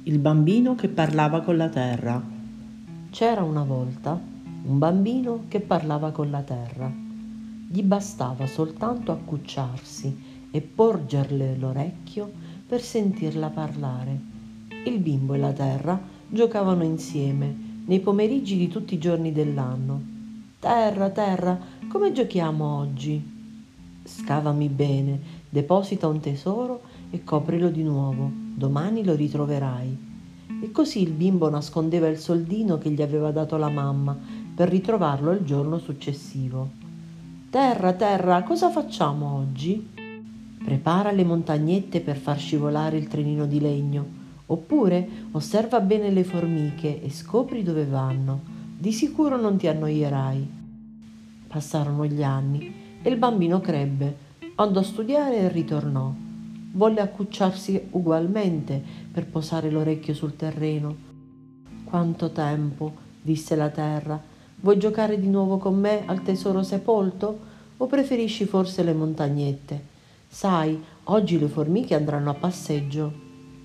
Il bambino che parlava con la terra. C'era una volta un bambino che parlava con la terra. Gli bastava soltanto accucciarsi e porgerle l'orecchio per sentirla parlare. Il bimbo e la terra giocavano insieme nei pomeriggi di tutti i giorni dell'anno. Terra, terra, come giochiamo oggi? Scavami bene, deposita un tesoro e coprilo di nuovo. Domani lo ritroverai. E così il bimbo nascondeva il soldino che gli aveva dato la mamma per ritrovarlo il giorno successivo. Terra, terra, cosa facciamo oggi? Prepara le montagnette per far scivolare il trenino di legno, oppure osserva bene le formiche e scopri dove vanno. Di sicuro non ti annoierai. Passarono gli anni e il bambino crebbe, andò a studiare e ritornò. Volle accucciarsi ugualmente per posare l'orecchio sul terreno. Quanto tempo, disse la terra. Vuoi giocare di nuovo con me al tesoro sepolto? O preferisci forse le montagnette? Sai, oggi le formiche andranno a passeggio.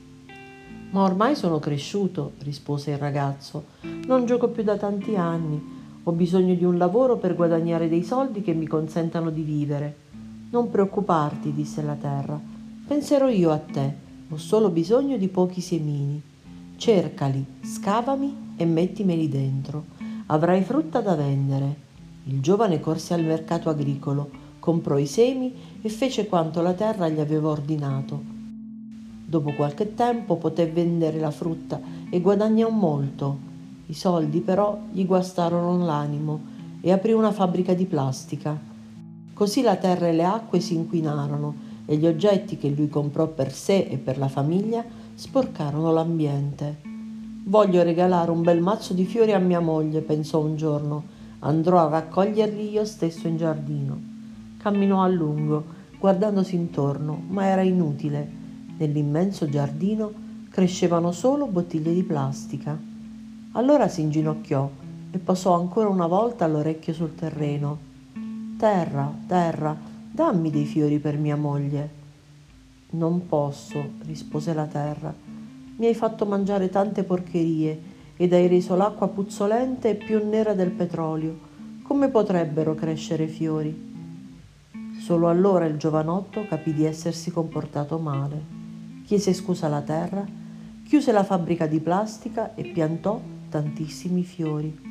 Ma ormai sono cresciuto, rispose il ragazzo. Non gioco più da tanti anni. Ho bisogno di un lavoro per guadagnare dei soldi che mi consentano di vivere. Non preoccuparti, disse la terra. Penserò io a te. Ho solo bisogno di pochi semini. Cercali, scavami e mettimeli dentro. Avrai frutta da vendere. Il giovane corse al mercato agricolo, comprò i semi e fece quanto la terra gli aveva ordinato. Dopo qualche tempo poté vendere la frutta e guadagnò molto. I soldi però gli guastarono l'animo e aprì una fabbrica di plastica. Così la terra e le acque si inquinarono e gli oggetti che lui comprò per sé e per la famiglia sporcarono l'ambiente. Voglio regalare un bel mazzo di fiori a mia moglie, pensò un giorno. Andrò a raccoglierli io stesso in giardino. Camminò a lungo, guardandosi intorno, ma era inutile. Nell'immenso giardino crescevano solo bottiglie di plastica. Allora si inginocchiò e posò ancora una volta l'orecchio sul terreno. Terra, terra, dammi dei fiori per mia moglie. Non posso, rispose la terra. Mi hai fatto mangiare tante porcherie ed hai reso l'acqua puzzolente e più nera del petrolio. Come potrebbero crescere fiori? Solo allora il giovanotto capì di essersi comportato male. Chiese scusa alla terra, chiuse la fabbrica di plastica e piantò tantissimi fiori.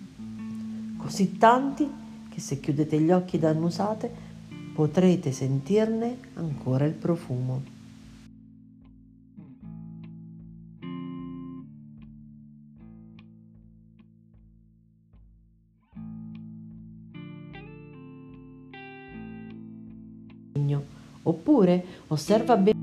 Così tanti che se chiudete gli occhi ed annusate potrete sentirne ancora il profumo. Oppure osserva bene